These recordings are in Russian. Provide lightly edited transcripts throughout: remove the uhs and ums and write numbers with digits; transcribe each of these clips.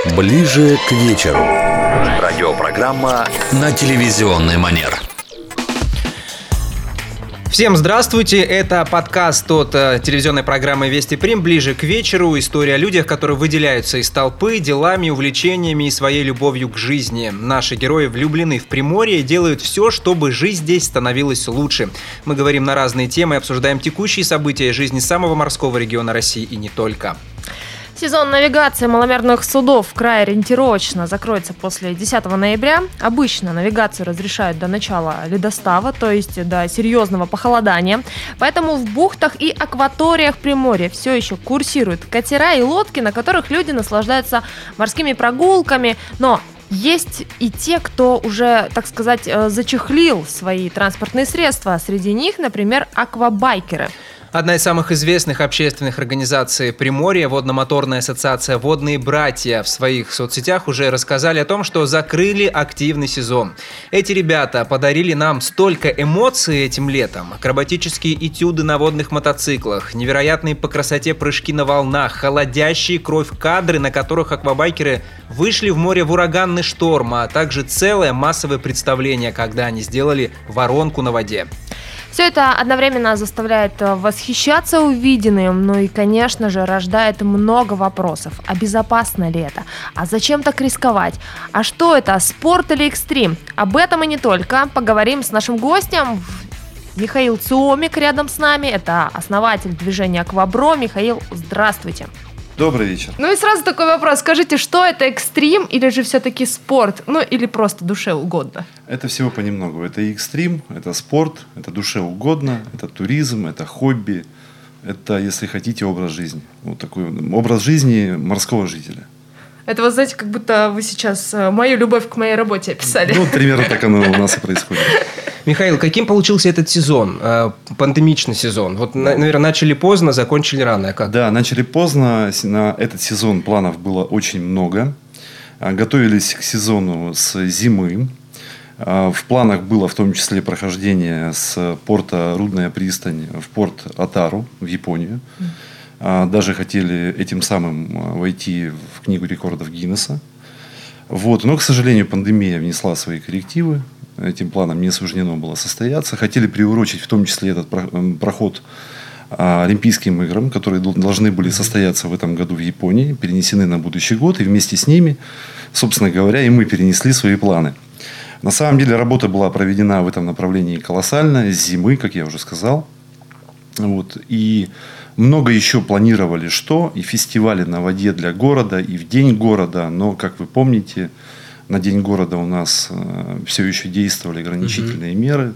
Ближе к вечеру. Радиопрограмма на телевизионный манер. Всем здравствуйте, это подкаст от телевизионной программы «Вести Прим». Ближе к вечеру. История о людях, которые выделяются из толпы делами, увлечениями и своей любовью к жизни. Наши герои влюблены в Приморье и делают все, чтобы жизнь здесь становилась лучше. Мы говорим на разные темы, обсуждаем текущие события жизни самого морского региона России и не только. Сезон навигации маломерных судов в крае ориентировочно закроется после 10 ноября. Обычно навигацию разрешают до начала ледостава, то есть до серьезного похолодания. Поэтому в бухтах и акваториях Приморья все еще курсируют катера и лодки, на которых люди наслаждаются морскими прогулками. Но есть и те, кто уже, так сказать, зачехлил свои транспортные средства. Среди них, например, аквабайкеры. Одна из самых известных общественных организаций Приморья, водно-моторная ассоциация «Водные братья», в своих соцсетях уже рассказали о том, что закрыли активный сезон. Эти ребята подарили нам столько эмоций этим летом. Акробатические этюды на водных мотоциклах, невероятные по красоте прыжки на волнах, холодящие кровь кадры, на которых аквабайкеры вышли в море в ураганный шторм, а также целое массовое представление, когда они сделали воронку на воде. Все это одновременно заставляет восхищаться увиденным, ну и, конечно же, рождает много вопросов. А безопасно ли это? А зачем так рисковать? А что это, спорт или экстрим? Об этом и не только. Поговорим с нашим гостем. Михаил Циомик рядом с нами. Это основатель движения «Аквабро». Михаил, здравствуйте. Добрый вечер. Ну и сразу такой вопрос. Скажите, что это, экстрим или же все-таки спорт? Ну или просто душе угодно? Это всего понемногу. Это и экстрим, это спорт, это душе угодно, это туризм, это хобби. Это, если хотите, образ жизни. Вот такой образ жизни морского жителя. Это, вы знаете, как будто вы сейчас мою любовь к моей работе описали. Ну, примерно так оно у нас и происходит. Михаил, каким получился этот сезон, пандемичный сезон? Вот, наверное, начали поздно, закончили рано. Как? Да, начали поздно. На этот сезон планов было очень много. Готовились к сезону с зимы. В планах было в том числе прохождение с порта Рудная пристань в порт Отару в Японию. Даже хотели этим самым войти в книгу рекордов Гиннесса. Вот. Но, к сожалению, пандемия внесла свои коррективы. Этим планом не суждено было состояться. Хотели приурочить в том числе этот проход Олимпийским играм, которые должны были состояться в этом году в Японии, перенесены на будущий год. И вместе с ними, собственно говоря, и мы перенесли свои планы. На самом деле работа была проведена в этом направлении колоссально. С зимы, как я уже сказал. Вот. И много еще планировали что. И фестивали на воде для города, и в день города. Но, как вы помните, на День города у нас все еще действовали ограничительные меры.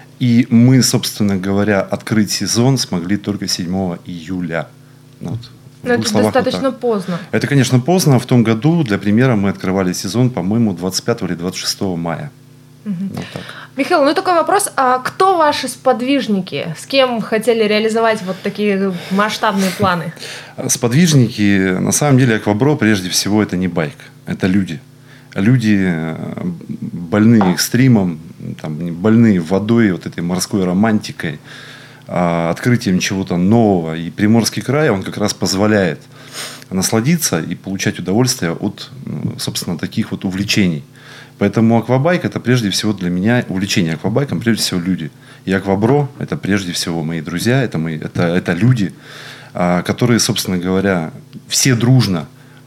И мы, собственно говоря, открыть сезон смогли только 7 июля. Вот. Но это достаточно поздно. Это, конечно, поздно. В том году, для примера, мы открывали сезон, по-моему, 25 или 26 мая. Вот так. Михаил, ну такой вопрос. А кто ваши сподвижники? С кем хотели реализовать вот такие масштабные планы? Сподвижники, на самом деле, Аквабро, прежде всего, это не байк. Это люди. Люди больные экстримом, там, больные водой, вот этой морской романтикой, открытием чего-то нового. И Приморский край, он как раз позволяет насладиться и получать удовольствие от, собственно, таких вот увлечений. Поэтому аквабайк – это прежде всего для меня увлечение аквабайком, прежде всего люди. И Аквабро – это прежде всего мои друзья, это люди, которые, собственно говоря, все дружно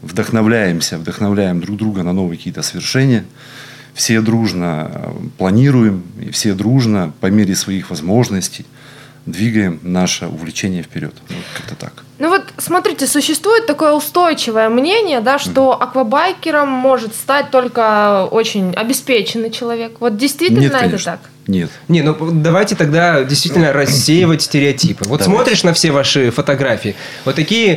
вдохновляем друг друга на новые какие-то свершения. Все дружно планируем, и все дружно по мере своих возможностей двигаем наше увлечение вперед. Вот как-то так. Ну вот, смотрите, существует такое устойчивое мнение, да, что аквабайкером может стать только очень обеспеченный человек. Вот действительно Нет, это конечно. так? Нет. Не, ну давайте тогда действительно рассеивать стереотипы. Вот смотришь на все ваши фотографии, вот такие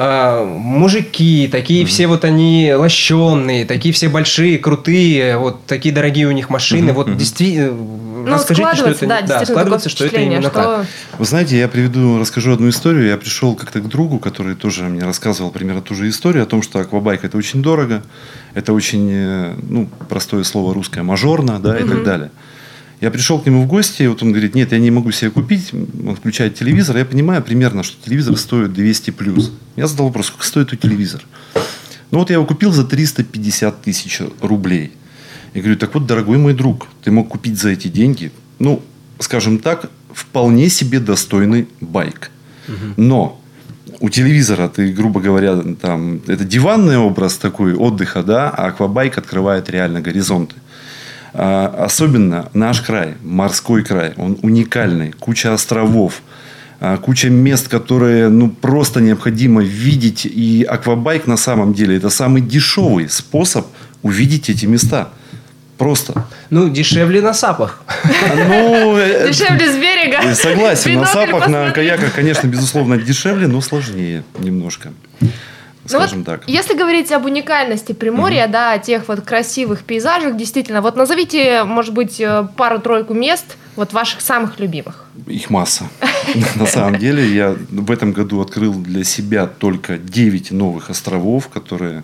мужики, такие все вот они лощеные, такие все большие, крутые, вот такие дорогие у них машины. Вот действительно, расскажите, что это, складывается, что это именно так. Вы знаете, я расскажу одну историю. Я пришел как-то к другу, который тоже мне рассказывал примерно ту же историю о том, что аквабайк это очень дорого, это очень, простое слово русское, мажорно, да, и так далее. Я пришел к нему в гости, вот он говорит, нет, я не могу себе купить. Он включает телевизор, я понимаю примерно, что телевизор стоит 200 плюс. Я задал вопрос, сколько стоит у телевизор? Ну, вот я его купил за 350 тысяч рублей. Я говорю, так вот, дорогой мой друг, ты мог купить за эти деньги, ну, скажем так, вполне себе достойный байк. Но у телевизора ты, грубо говоря, там, это диванный образ такой отдыха, да, а аквабайк открывает реально горизонты. Особенно наш край, морской край, он уникальный, куча островов, куча мест, которые ну, просто необходимо видеть. И аквабайк на самом деле это самый дешевый способ увидеть эти места. Просто. Ну, дешевле на сапах. Дешевле с берега. Согласен, на сапах, на каяках, конечно, безусловно, дешевле, но сложнее немножко. Скажем вот, так. Если говорить об уникальности Приморья, да, о тех вот красивых пейзажах, действительно, вот назовите, может быть, пару-тройку мест, вот ваших самых любимых. Их масса. На самом деле, я в этом году открыл для себя только 9 новых островов, которые...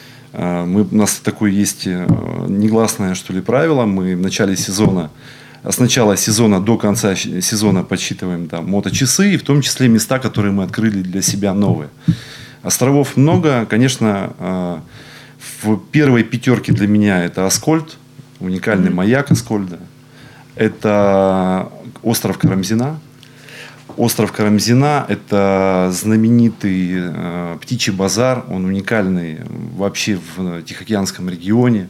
У нас такое есть негласное, что ли, правило. Мы в начале сезона, с начала сезона до конца сезона подсчитываем там моточасы, и в том числе места, которые мы открыли для себя новые. Островов много. Конечно, в первой пятерке для меня это Аскольд, уникальный маяк Аскольда. Это остров Карамзина. Остров Карамзина – это знаменитый птичий базар. Он уникальный вообще в Тихоокеанском регионе.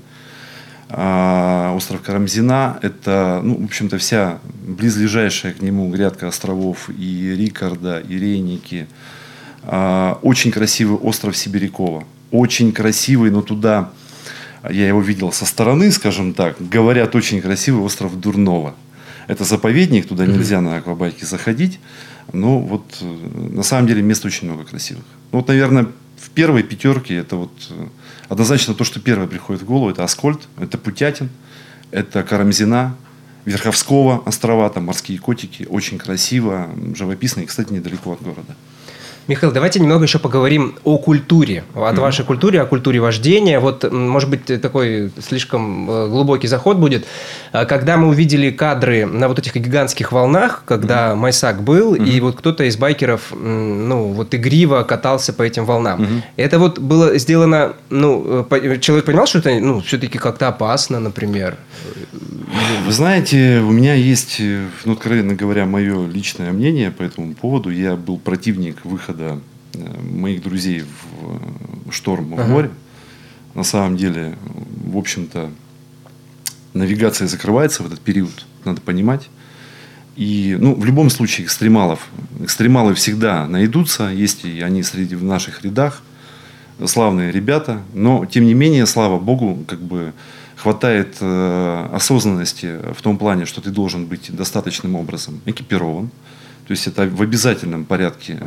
Остров Карамзина – это, ну, в общем-то, вся близлежащая к нему грядка островов и Рикарда, и Рейники. Очень красивый остров Сибирякова. Очень красивый, но туда, я его видел со стороны, скажем так, говорят, очень красивый остров Дурново. Это заповедник, туда нельзя на аквабайке заходить. Но вот на самом деле мест очень много красивых. Ну, вот, наверное, в первой пятерке это вот однозначно то, что первое приходит в голову. Это Аскольд, это Путятин, это Карамзина, Верховского острова, там морские котики. Очень красиво, живописно и, кстати, недалеко от города. Михаил, давайте немного еще поговорим о культуре, о вашей культуре, о культуре вождения. Вот, может быть, такой слишком глубокий заход будет. Когда мы увидели кадры на вот этих гигантских волнах, когда Майсак был, и вот кто-то из байкеров, ну, вот игриво катался по этим волнам. Это вот было сделано, ну, человек понимал, что это, ну, все-таки как-то опасно, например? Вы знаете, у меня есть, ну, откровенно говоря, мое личное мнение по этому поводу. Я был противник выхода моих друзей в шторм в море. На самом деле, в общем-то, навигация закрывается в этот период, надо понимать. И, ну, в любом случае, экстремалы всегда найдутся, есть и они среди в наших рядах, славные ребята, но, тем не менее, слава богу, как бы хватает осознанности в том плане, что ты должен быть достаточным образом экипирован. То есть это в обязательном порядке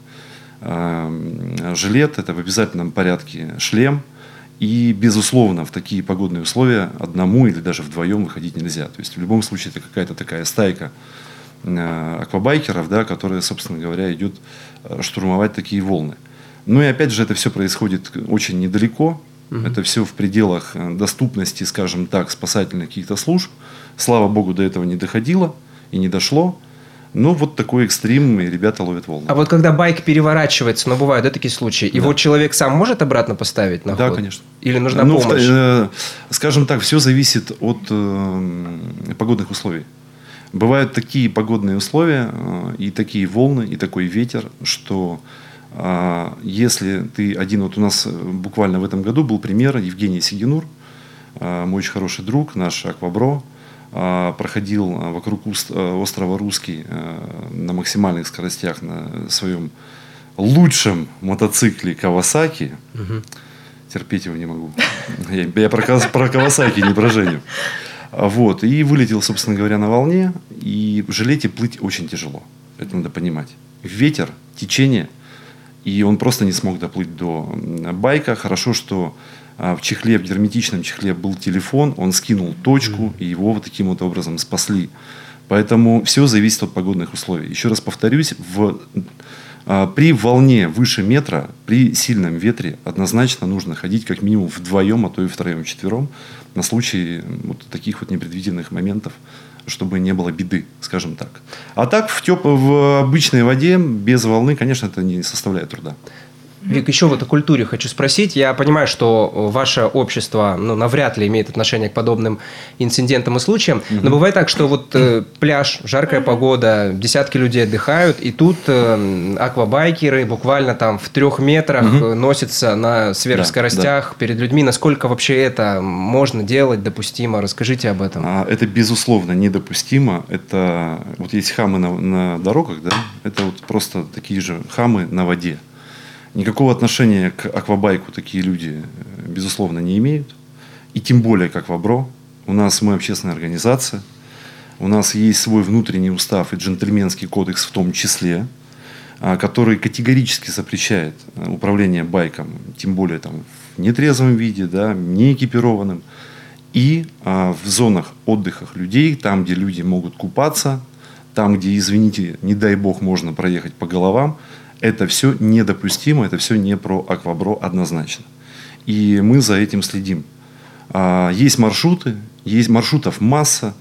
жилет, это в обязательном порядке шлем. И, безусловно, в такие погодные условия одному или даже вдвоем выходить нельзя. То есть в любом случае это какая-то такая стайка аквабайкеров, да, которая, собственно говоря, идет штурмовать такие волны. Ну и опять же, это все происходит очень недалеко. Это все в пределах доступности, скажем так, спасательных каких-то служб. Слава богу, до этого не доходило и не дошло. Но вот такой экстрим, и ребята ловят волны. А вот когда байк переворачивается, ну, бывают, да, такие случаи, и вот человек сам может обратно поставить на ход? Да, конечно. Или нужна помощь? Скажем так, все зависит от погодных условий. Бывают такие погодные условия, и такие волны, и такой ветер, что если ты один... Вот у нас буквально в этом году был пример Евгений Сигенур, мой очень хороший друг, наш аквабро, проходил вокруг острова Русский на максимальных скоростях на своем лучшем мотоцикле Кавасаки. Терпеть его не могу. Я про Кавасаки, не про Женю. Вот. И вылетел, собственно говоря, на волне. И в жилете плыть очень тяжело. Это надо понимать. Ветер, течение. И он просто не смог доплыть до байка. Хорошо, что в чехле, в герметичном чехле был телефон, он скинул точку, и его вот таким вот образом спасли. Поэтому все зависит от погодных условий. Еще раз повторюсь, при волне выше метра, при сильном ветре однозначно нужно ходить как минимум вдвоем, а то и втроем, четвером, на случай вот таких вот непредвиденных моментов, чтобы не было беды, скажем так. А так в обычной воде, без волны, конечно, это не составляет труда. Вик, еще вот о культуре хочу спросить. Я понимаю, что ваше общество навряд ли имеет отношение к подобным инцидентам и случаям, но бывает так, что вот пляж, жаркая погода, десятки людей отдыхают, и тут аквабайкеры буквально там в 3 метрах носятся на сверхскоростях перед людьми. Насколько вообще это можно делать, допустимо? Расскажите об этом. Это, безусловно, недопустимо. Это вот есть хамы на дорогах, да? Это вот просто такие же хамы на воде. Никакого отношения к аквабайку такие люди, безусловно, не имеют. И тем более к аквабро. Мы общественная организация. У нас есть свой внутренний устав и джентльменский кодекс в том числе, который категорически запрещает управление байком, тем более там, в нетрезвом виде, да, не экипированным. И в зонах отдыха людей, там, где люди могут купаться, там, где, извините, не дай бог, можно проехать по головам, это все недопустимо, это все не про аквабро однозначно. И мы за этим следим. Есть маршруты, есть маршрутов масса,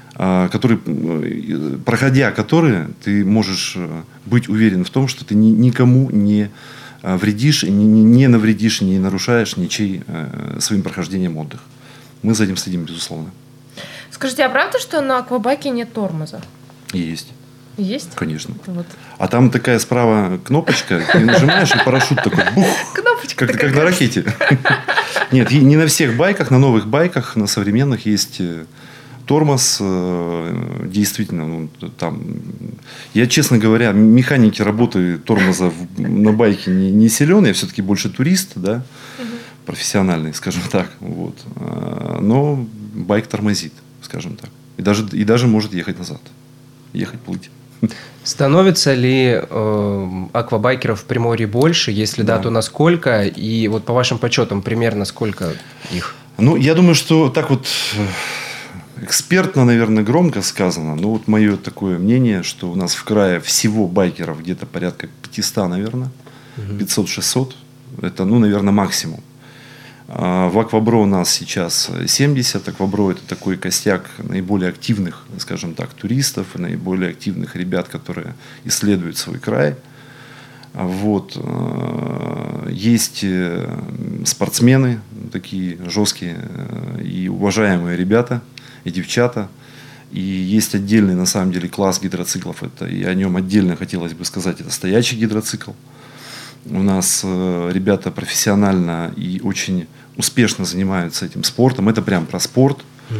проходя которые, ты можешь быть уверен в том, что ты никому не вредишь, не навредишь, не нарушаешь ничей своим прохождением отдыха. Мы за этим следим, безусловно. Скажите, а правда, что на аквабайке нет тормоза? Есть. Есть? Конечно. Вот. А там такая справа кнопочка, ты нажимаешь, и парашют такой бух, Кнопочка как на ракете. Нет, не на всех байках, на новых байках, на современных есть тормоз. Действительно, там... Я, честно говоря, механики работы тормоза на байке не силен. Я все-таки больше турист, да, профессиональный, скажем так. Вот. Но байк тормозит, скажем так. И даже может ехать назад. Плыть. Становится ли аквабайкеров в Приморье больше? Если да, то насколько? И вот по вашим подсчетам примерно сколько их? Я думаю, что так вот экспертно, наверное, громко сказано. Но вот мое такое мнение, что у нас в крае всего байкеров где-то порядка 500, наверное. 500-600. Это, наверное, максимум. В аквабро у нас сейчас 70. Аквабро – это такой костяк наиболее активных, скажем так, туристов, наиболее активных ребят, которые исследуют свой край. Вот. Есть спортсмены, такие жесткие и уважаемые ребята и девчата. И есть отдельный, на самом деле, класс гидроциклов. И о нем отдельно хотелось бы сказать. Это стоячий гидроцикл. У нас ребята профессионально и очень успешно занимаются этим спортом. Это прям про спорт.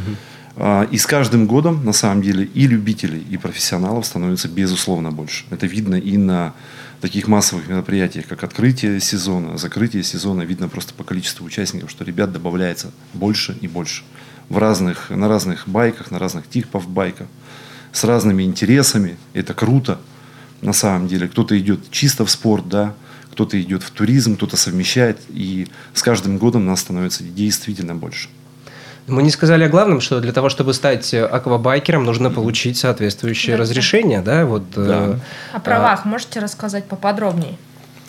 И с каждым годом, на самом деле, и любителей, и профессионалов становится безусловно больше. Это видно и на таких массовых мероприятиях, как открытие сезона, закрытие сезона. Видно просто по количеству участников, что ребят добавляется больше и больше. На разных байках, на разных типах байков. С разными интересами. Это круто. На самом деле. Кто-то идет чисто в спорт, да. Кто-то идет в туризм, кто-то совмещает. И с каждым годом нас становится действительно больше. Мы не сказали о главном, что для того, чтобы стать аквабайкером, нужно получить соответствующее разрешение. Да? О правах можете рассказать поподробнее?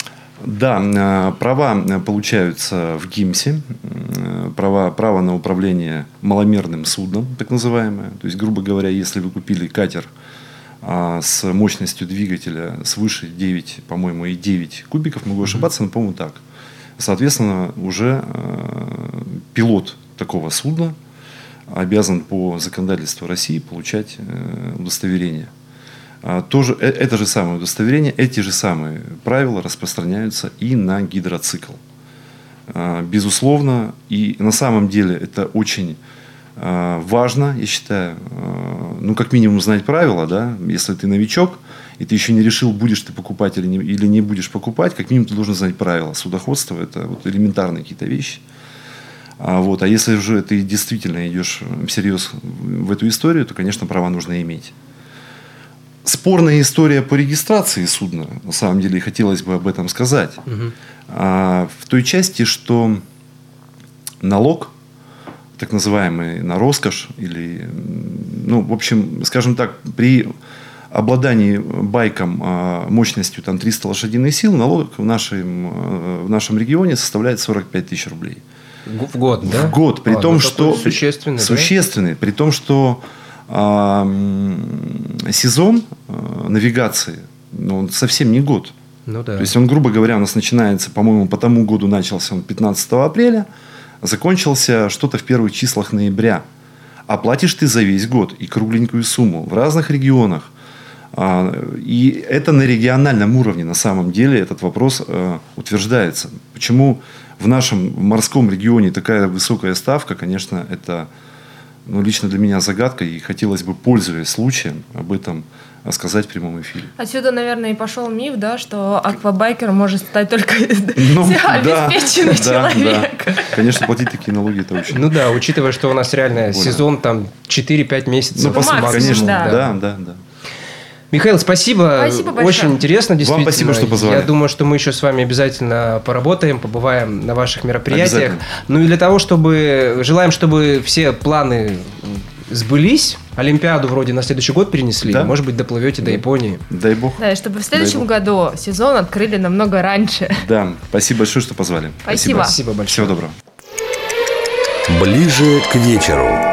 Да, права получаются в ГИМСе. Право на управление маломерным судном, так называемое. То есть, грубо говоря, если вы купили катер с мощностью двигателя свыше 9, по-моему, и 9 кубиков, могу ошибаться, но, по-моему, так. Соответственно, уже пилот такого судна обязан по законодательству России получать удостоверение. Тоже это же самое удостоверение, эти же самые правила распространяются и на гидроцикл. Безусловно, и на самом деле это очень важно, я считаю, как минимум знать правила, да, если ты новичок, и ты еще не решил, будешь ты покупать или не будешь покупать, как минимум ты должен знать правила. Судоходство – это вот элементарные какие-то вещи. А если уже ты действительно идешь всерьез в эту историю, то, конечно, права нужно иметь. Спорная история по регистрации судна, на самом деле, хотелось бы об этом сказать. В той части, что налог, так называемый на роскошь, или, в общем, скажем так, при обладании байком мощностью 300 лошадиных сил, налог в нашем регионе составляет 45 тысяч рублей. В год, да? В год. При том, что... Существенный. При том, что сезон навигации, он совсем не год. Ну да. То есть он, грубо говоря, у нас начинается, по-моему, по тому году начался он 15 апреля, закончился что-то в первых числах ноября. А платишь ты за весь год и кругленькую сумму в разных регионах. И это на региональном уровне на самом деле этот вопрос утверждается. Почему в нашем морском регионе такая высокая ставка, конечно, это лично для меня загадка. И хотелось бы, пользуясь случаем, об этом сказать в прямом эфире. Отсюда, наверное, и пошел миф, да, что аквабайкер может стать только обеспеченный человек. Да. Конечно, платить такие налоги это очень... Ну да, учитывая, что у нас реально сезон там 4-5 месяцев. максимум, конечно, да. Да. Михаил, спасибо. Спасибо большое. Очень интересно, действительно. Вам спасибо, что позвали. Я думаю, что мы еще с вами обязательно поработаем, побываем на ваших мероприятиях. Ну и для того, чтобы... Желаем, чтобы все планы сбылись. Олимпиаду вроде на следующий год перенесли. Да. Может быть, доплывете до Японии. Дай бог. Да, и чтобы в следующем году сезон открыли намного раньше. Да, спасибо большое, что позвали. Спасибо. Спасибо большое. Всего доброго. Ближе к вечеру.